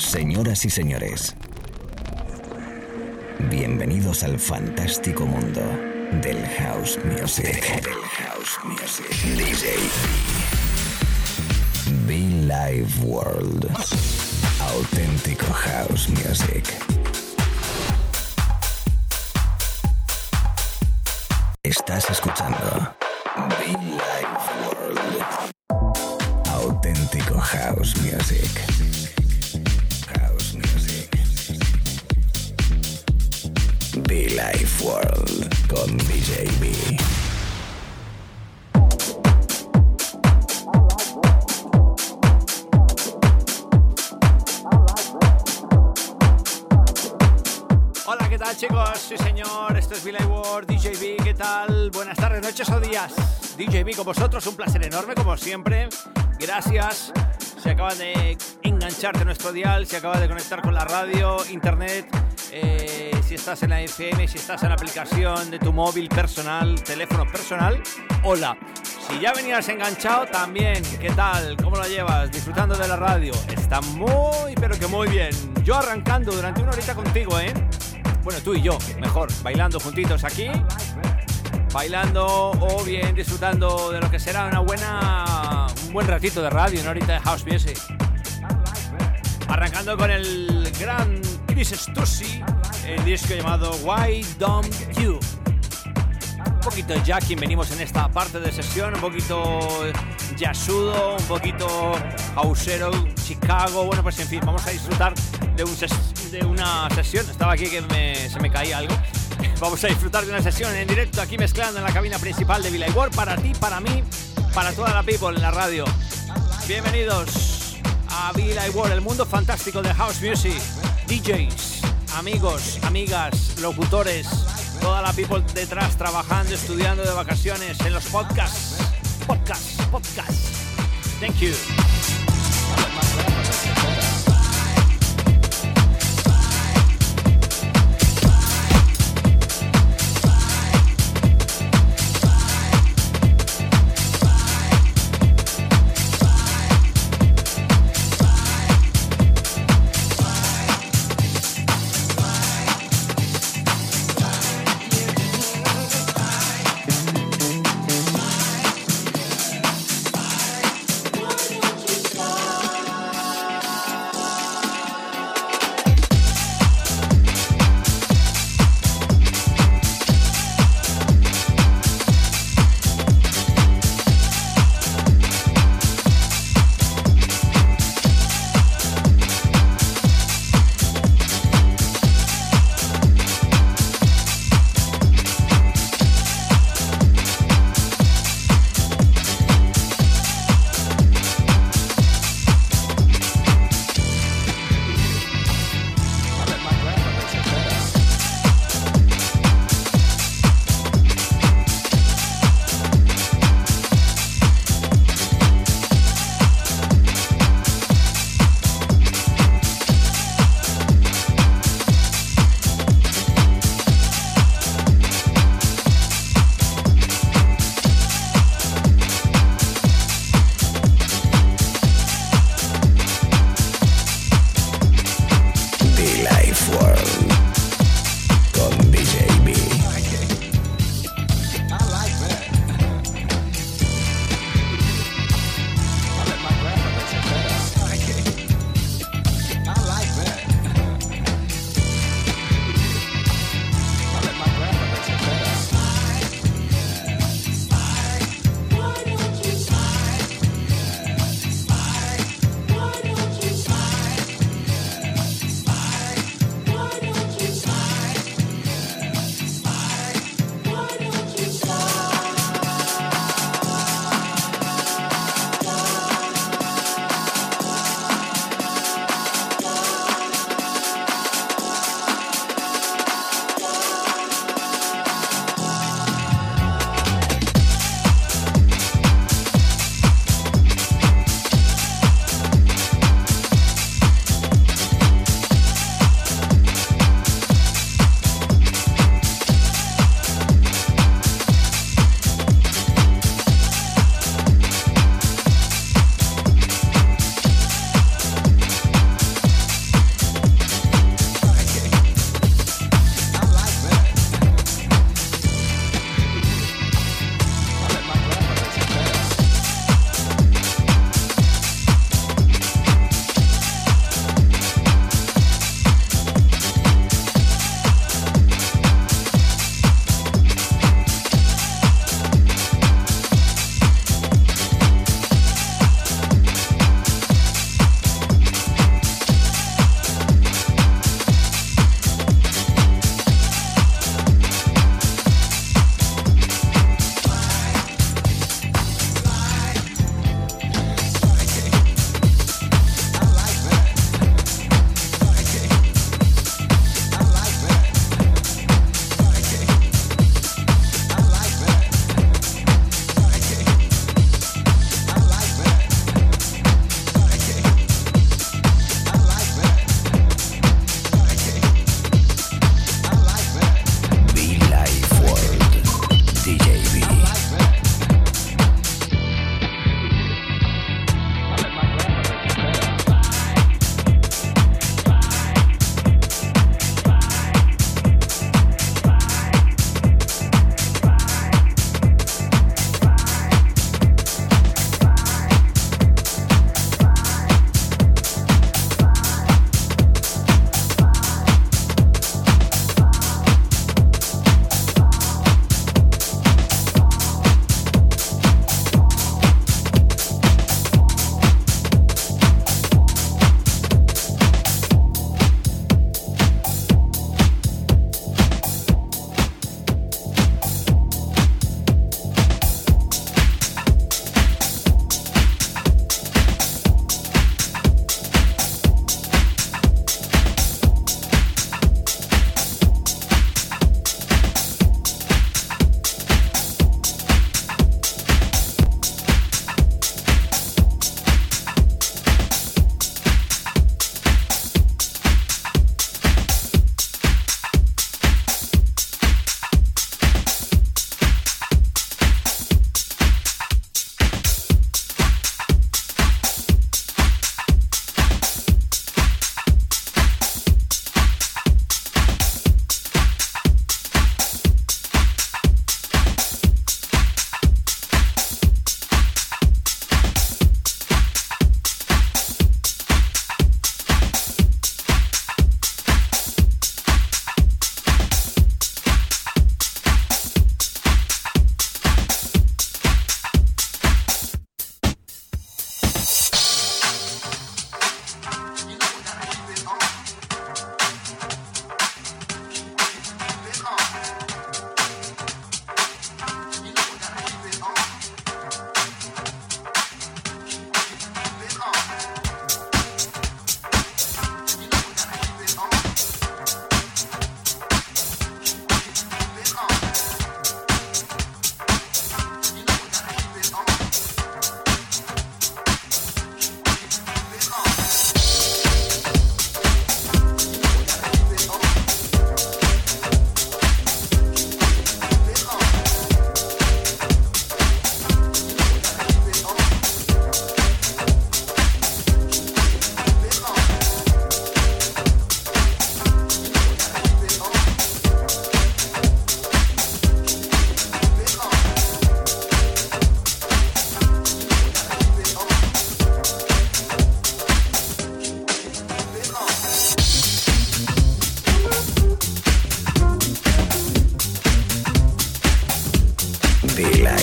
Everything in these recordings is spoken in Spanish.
Señoras y señores, bienvenidos al fantástico mundo del house music. DJ Be Live World. Auténtico house music. Estás escuchando Be Live World. Auténtico house music. Be Live World con DJ B. Hola, ¿qué tal, chicos? Sí, señor, esto es Be Live World, DJ B, ¿qué tal? Buenas tardes, noches o días. DJ B con vosotros, un placer enorme como siempre. Gracias. Si acabas de engancharte a nuestro dial, si acabas de conectar con la radio, internet, si estás en la FM, si estás en la aplicación de tu móvil personal, teléfono personal, hola. Si ya venías enganchado, también, ¿qué tal? ¿Cómo lo llevas? Disfrutando de la radio. Está muy, pero que muy bien. Yo arrancando durante una horita contigo, ¿eh? Bueno, tú y yo, mejor, bailando juntitos aquí, bailando o bien disfrutando de lo que será un buen ratito de radio, una horita de house music. Arrancando con el gran Chris Stussy, el disco llamado Why Don't You. Un poquito jacking venimos en esta parte de sesión, un poquito jazzudo, un poquito houseero, Chicago. Bueno, pues en fin, vamos a disfrutar de una sesión. Estaba aquí que se me caía algo. Vamos a disfrutar de una sesión en directo aquí mezclando en la cabina principal de Be Live World para ti, para mí, para toda la people en la radio. Bienvenidos a Be Live World, el mundo fantástico de house music. DJs, amigos, amigas, locutores, toda la people detrás trabajando, estudiando de vacaciones en los podcasts. Thank you.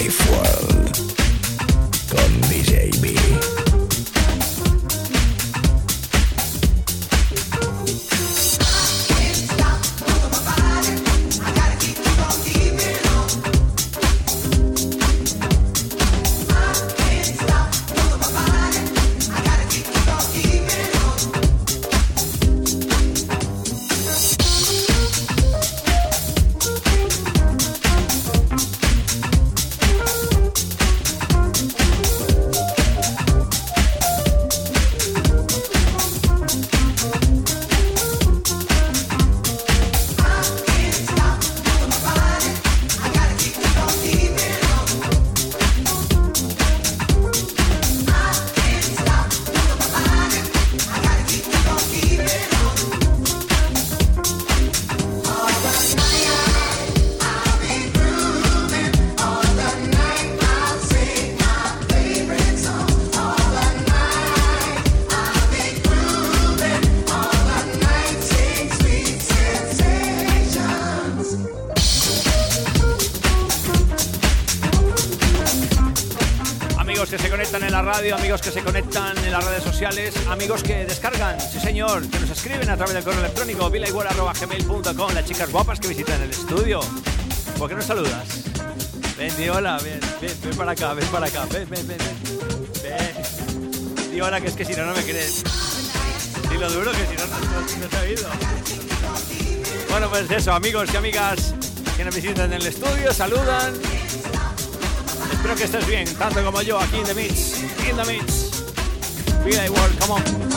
Life World con DJ B. Amigos que se conectan en las redes sociales, amigos que descargan, sí señor, que nos escriben a través del correo electrónico vilaigual@gmail.com, las chicas guapas que visitan el estudio. ¿Por qué no saludas? Ven, di hola, ven para acá, ven, di hola, que es que si no, no me crees. Dilo duro, que si no, no te he oído. Bueno, pues eso, amigos y amigas que nos visitan en el estudio, saludan. Espero que estés bien, tanto como yo, aquí en The Mix. In the mix. Relay World, come on.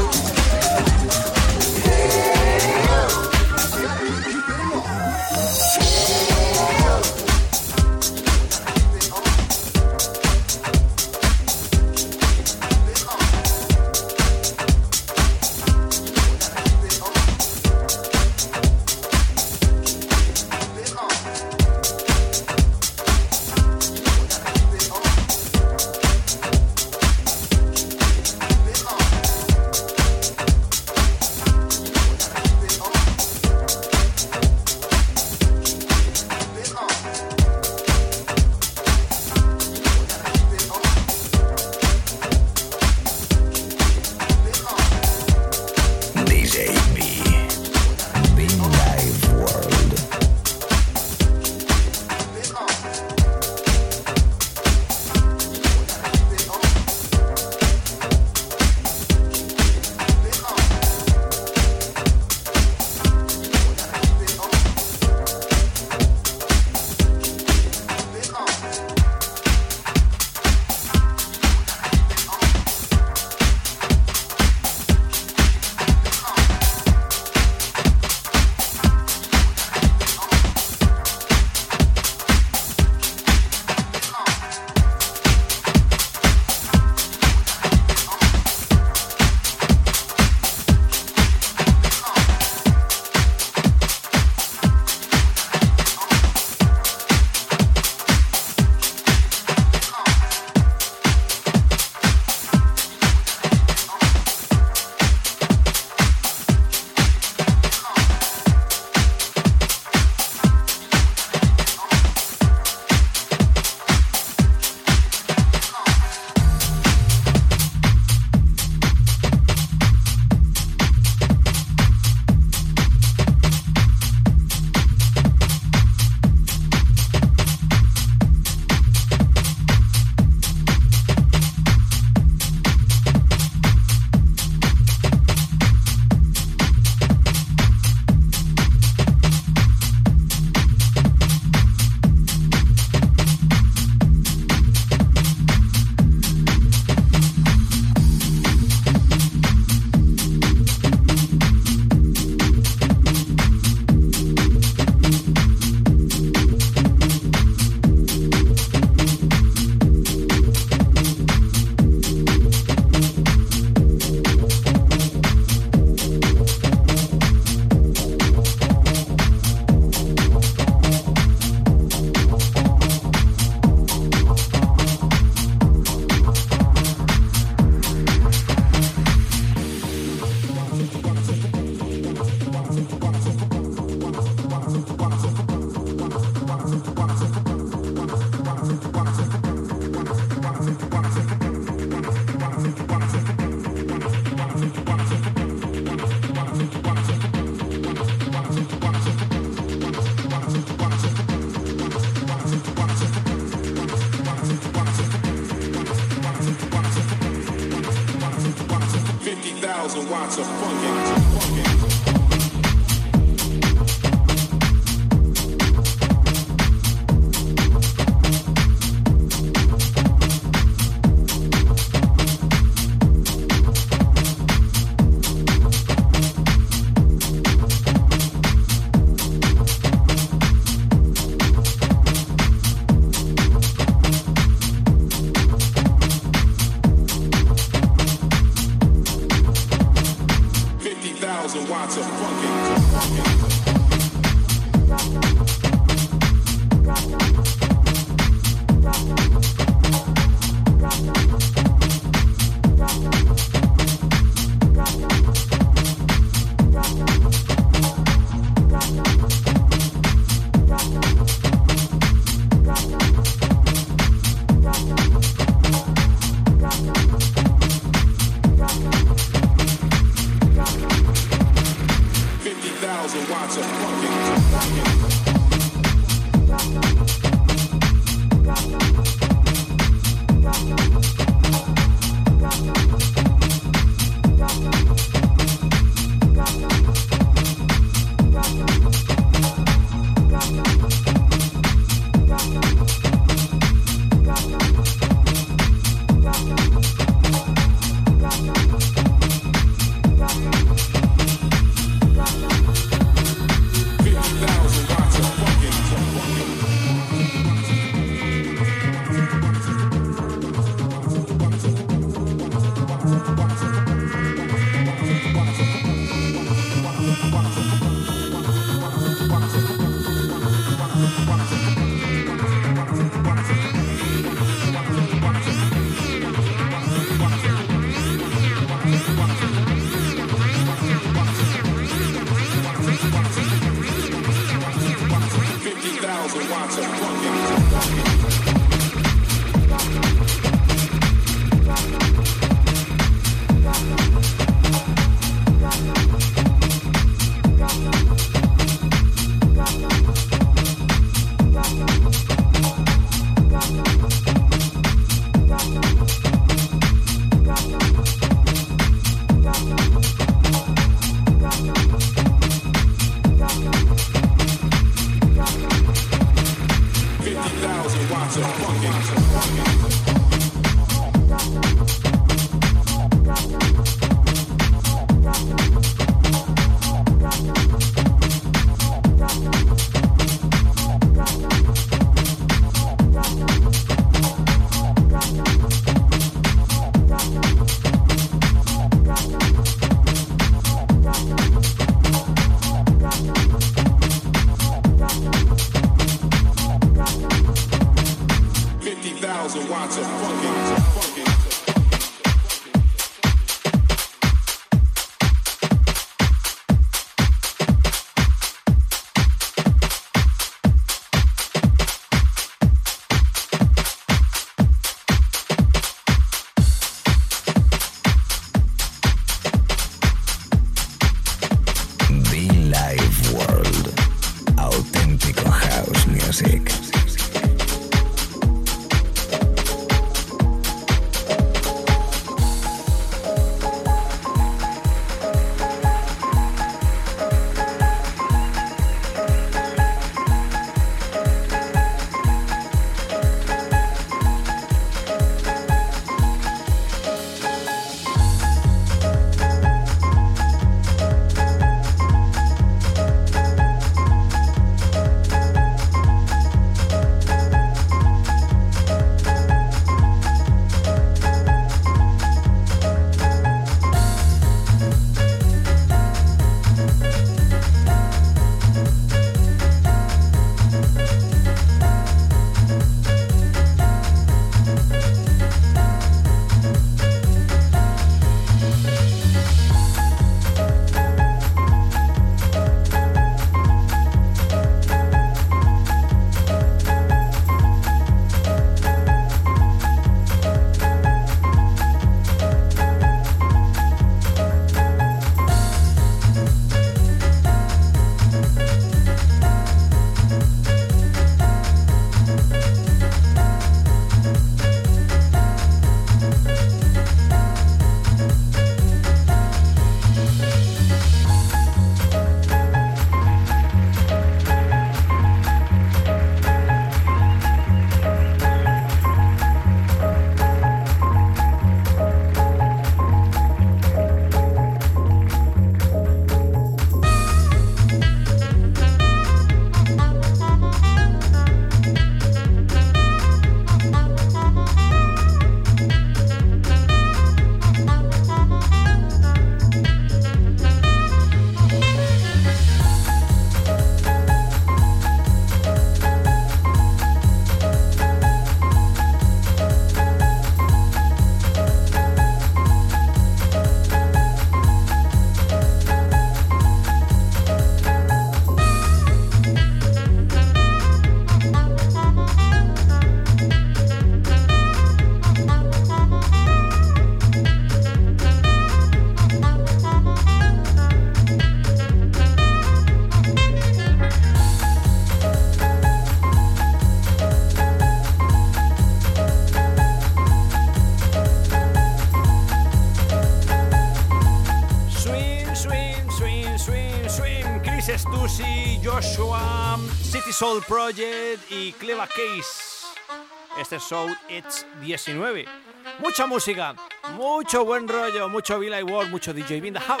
Stussy, Joshua, City Soul Project y Cleva Case. Este show It's 19. Mucha música, mucho buen rollo, mucho Billy Ward, mucho DJ in the house.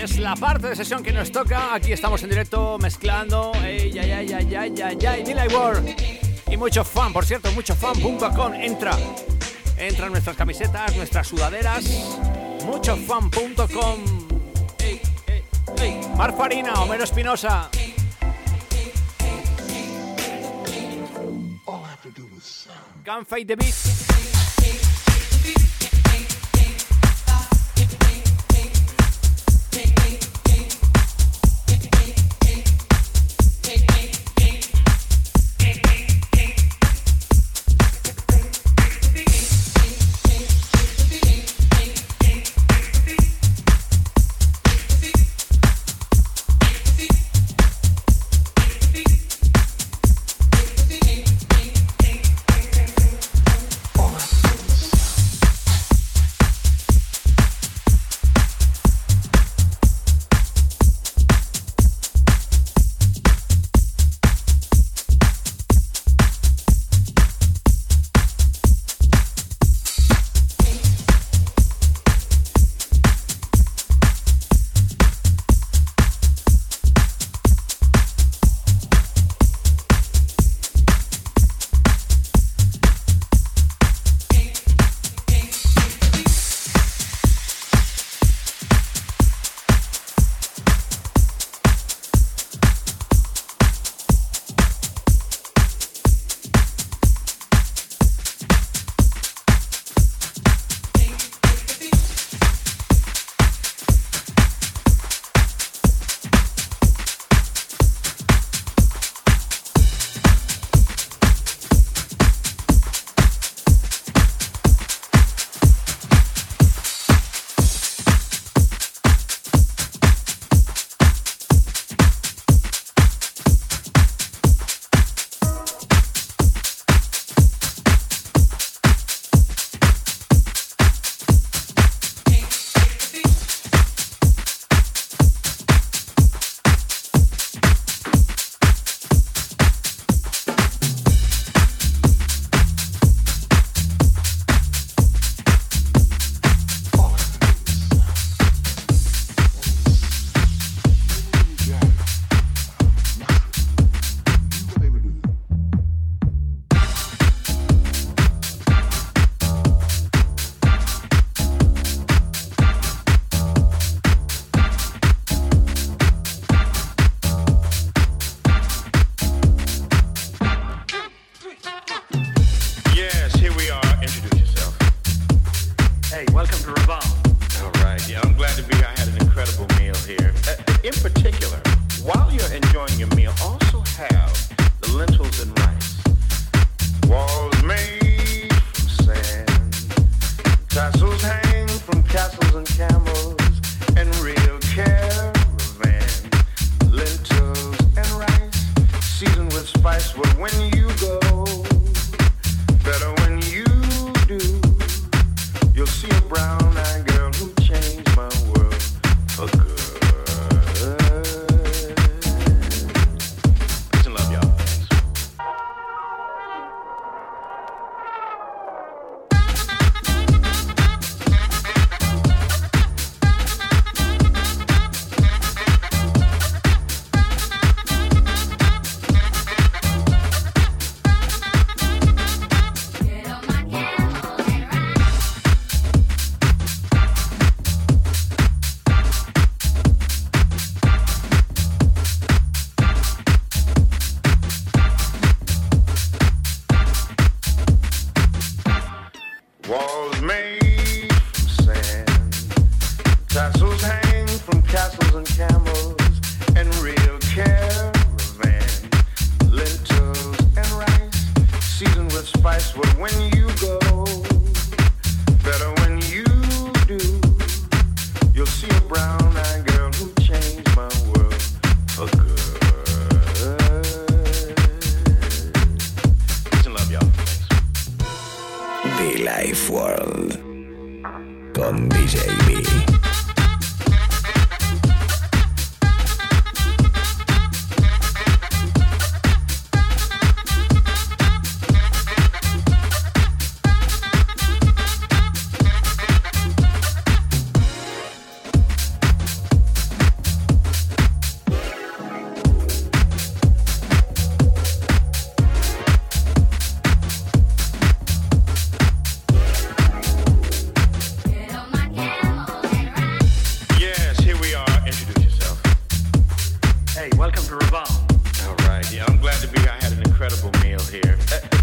Es la parte de sesión que nos toca. Aquí estamos en directo mezclando. Billy Ward. Y mucho fan, por cierto, muchofan.com. Entra en nuestras camisetas, nuestras sudaderas. Muchofan.com. Mar Farina, Homero Espinosa. Can't fight the beat.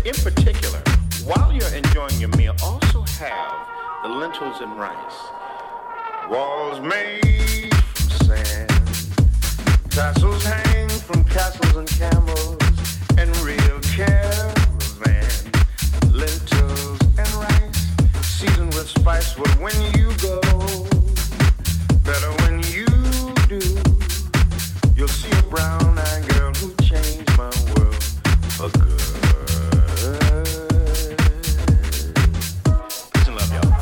in particular, while you're enjoying your meal, also have the lentils and rice. Walls made from sand, tassels hang from castles and camels, and real caravan. Lentils and rice, seasoned with spice. But when you go, better when you do, you'll see a brown-eyed girl who changed my world for good. Peace and love, y'all.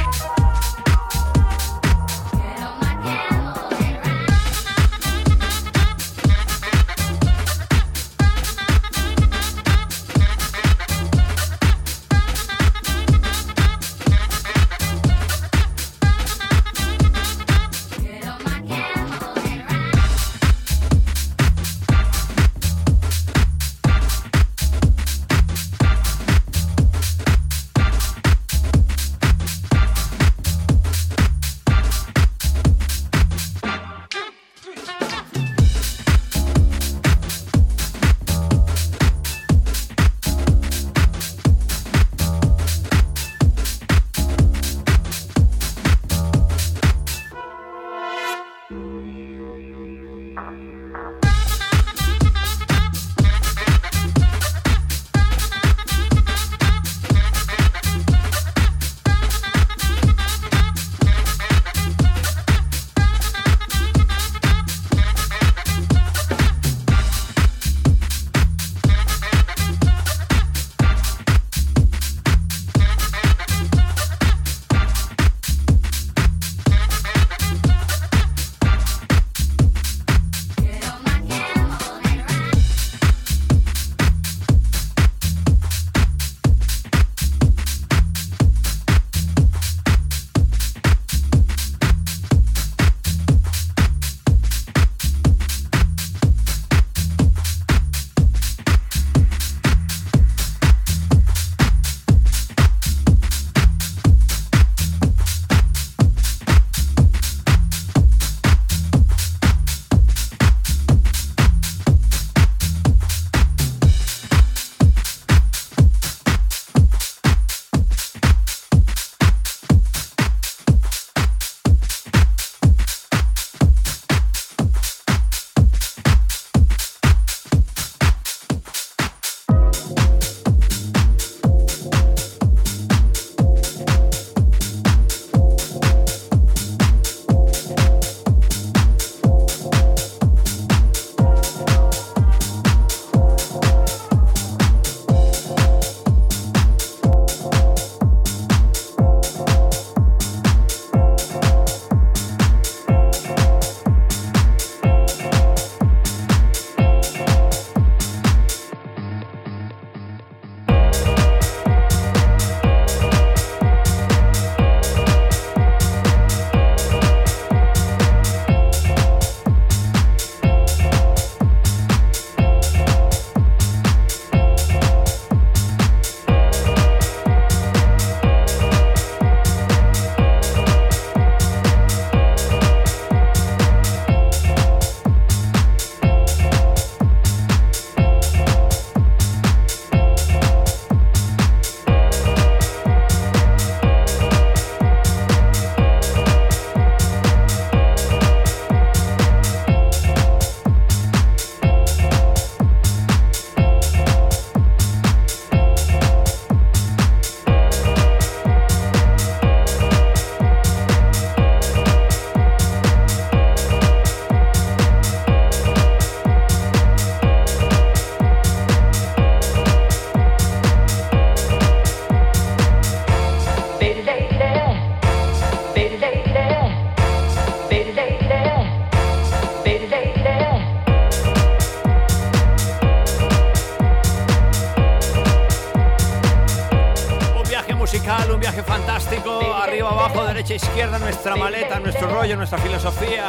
musical, un viaje fantástico, arriba, abajo, derecha, izquierda, nuestra maleta, nuestro rollo, nuestra filosofía.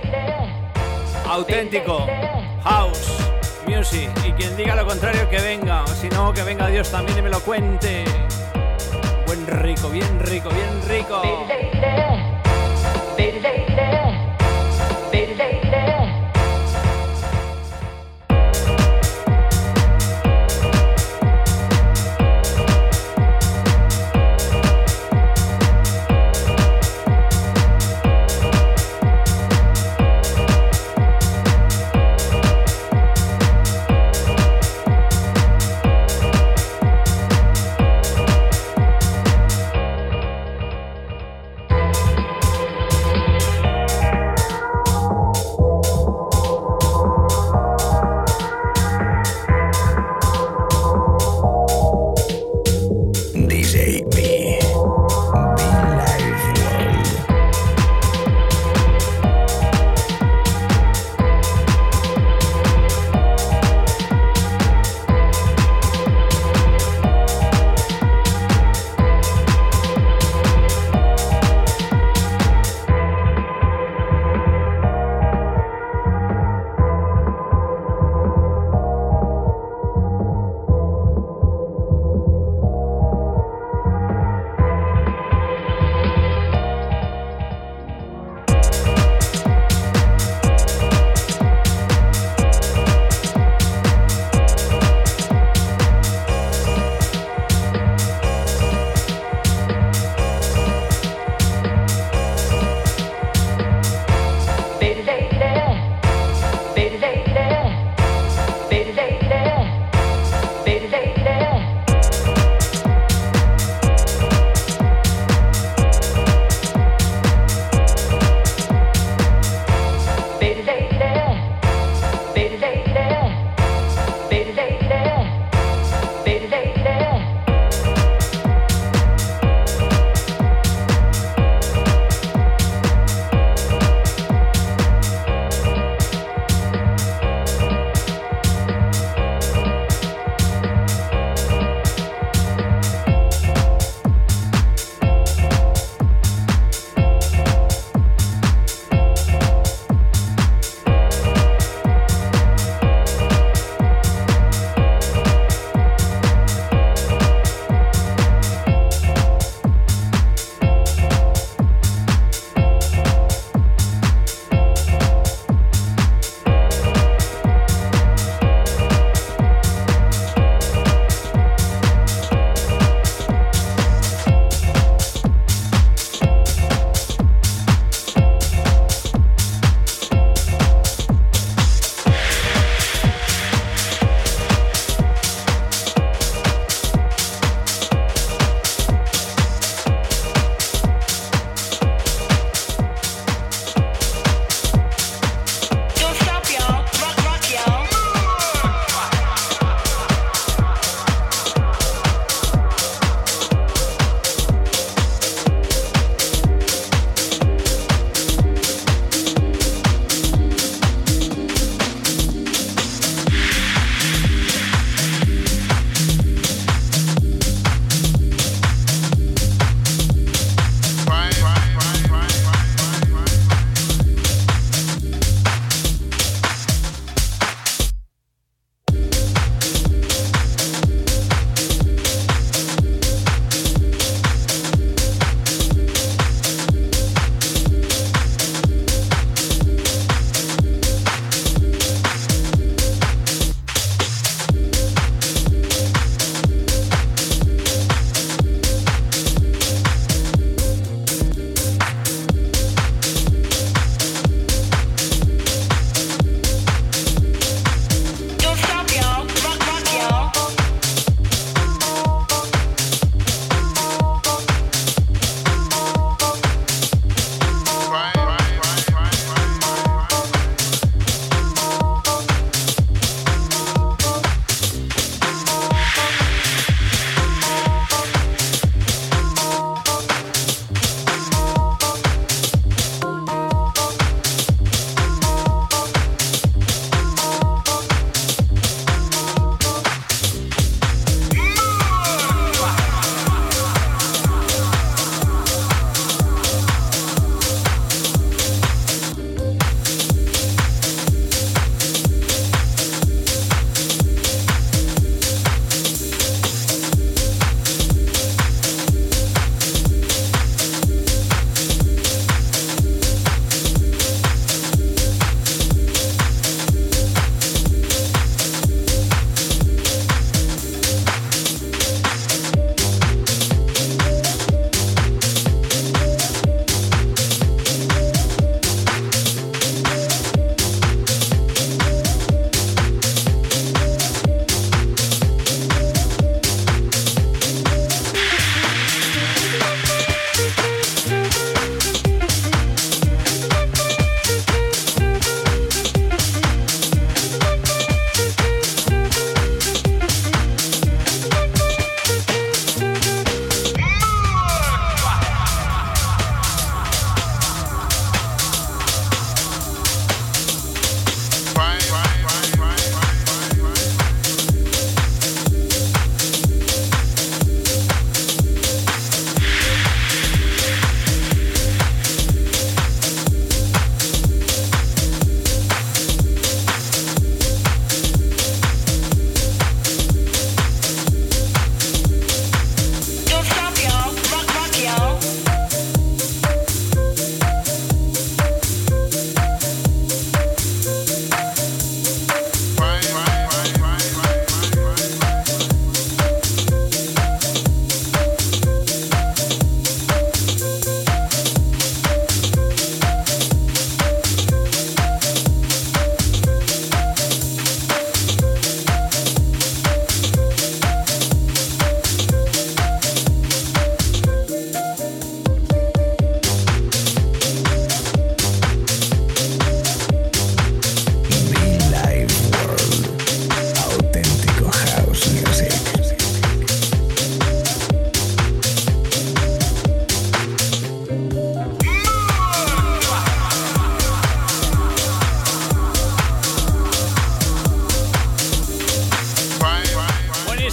Auténtico, house, music, y quien diga lo contrario que venga, o si no, que venga Dios también y me lo cuente. Buen rico, bien rico, bien rico.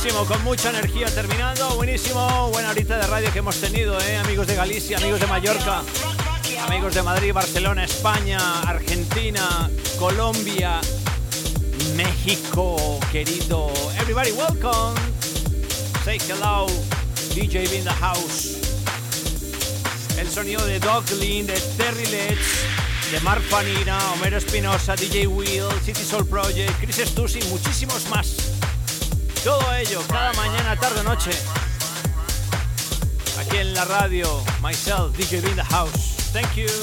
buenísimo, con mucha energía terminando. Buenísimo, buena horita de radio que hemos tenido, amigos de Galicia, amigos de Mallorca, amigos de Madrid, Barcelona, España, Argentina, Colombia, México, querido. Everybody, welcome. Say hello. DJ B in the house. El sonido de Doug Lynn, de Terry Letts, de Mark Fanina, Homero Espinosa, DJ Will, City Soul Project, Chris Stussy y muchísimos más. Todo ello cada mañana, tarde o noche. Aquí en la radio, myself, DJ B in the house. Thank you.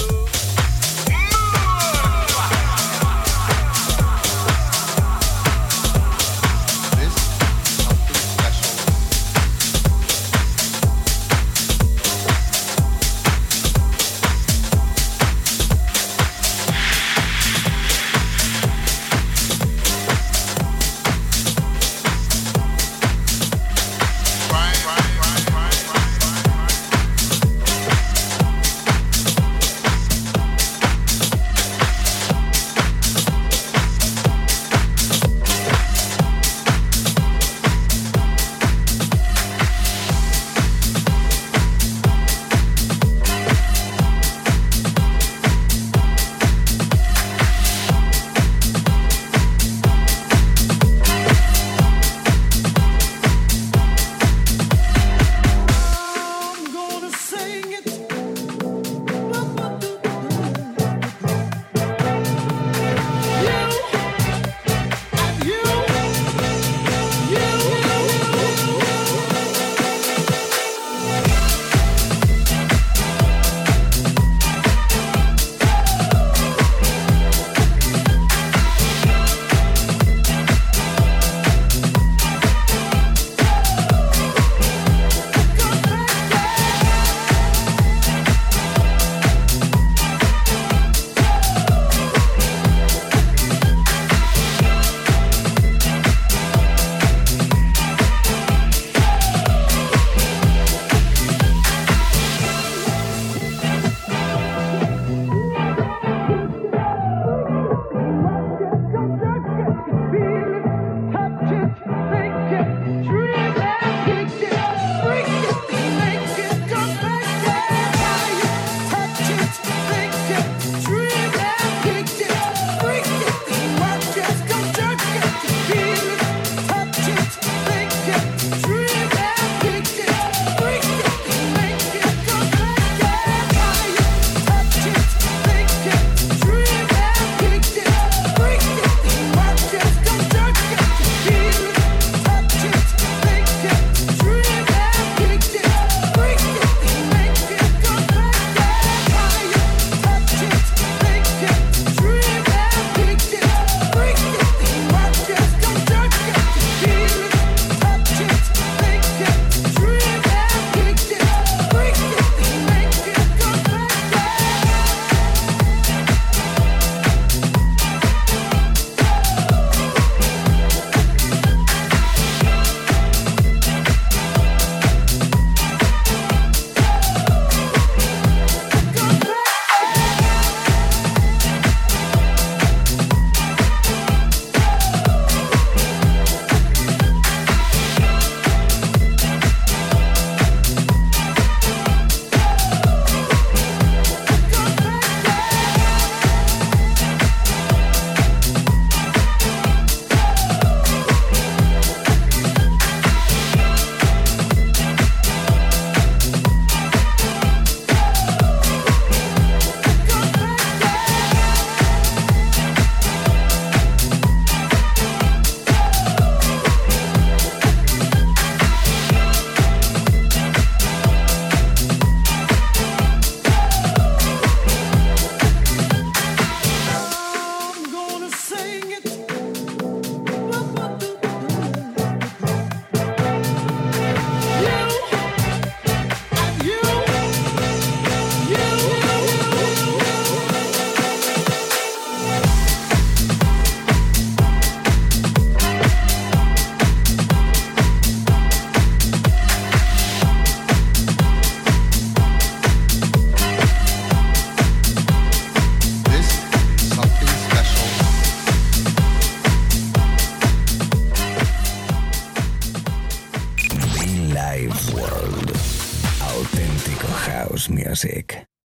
Music.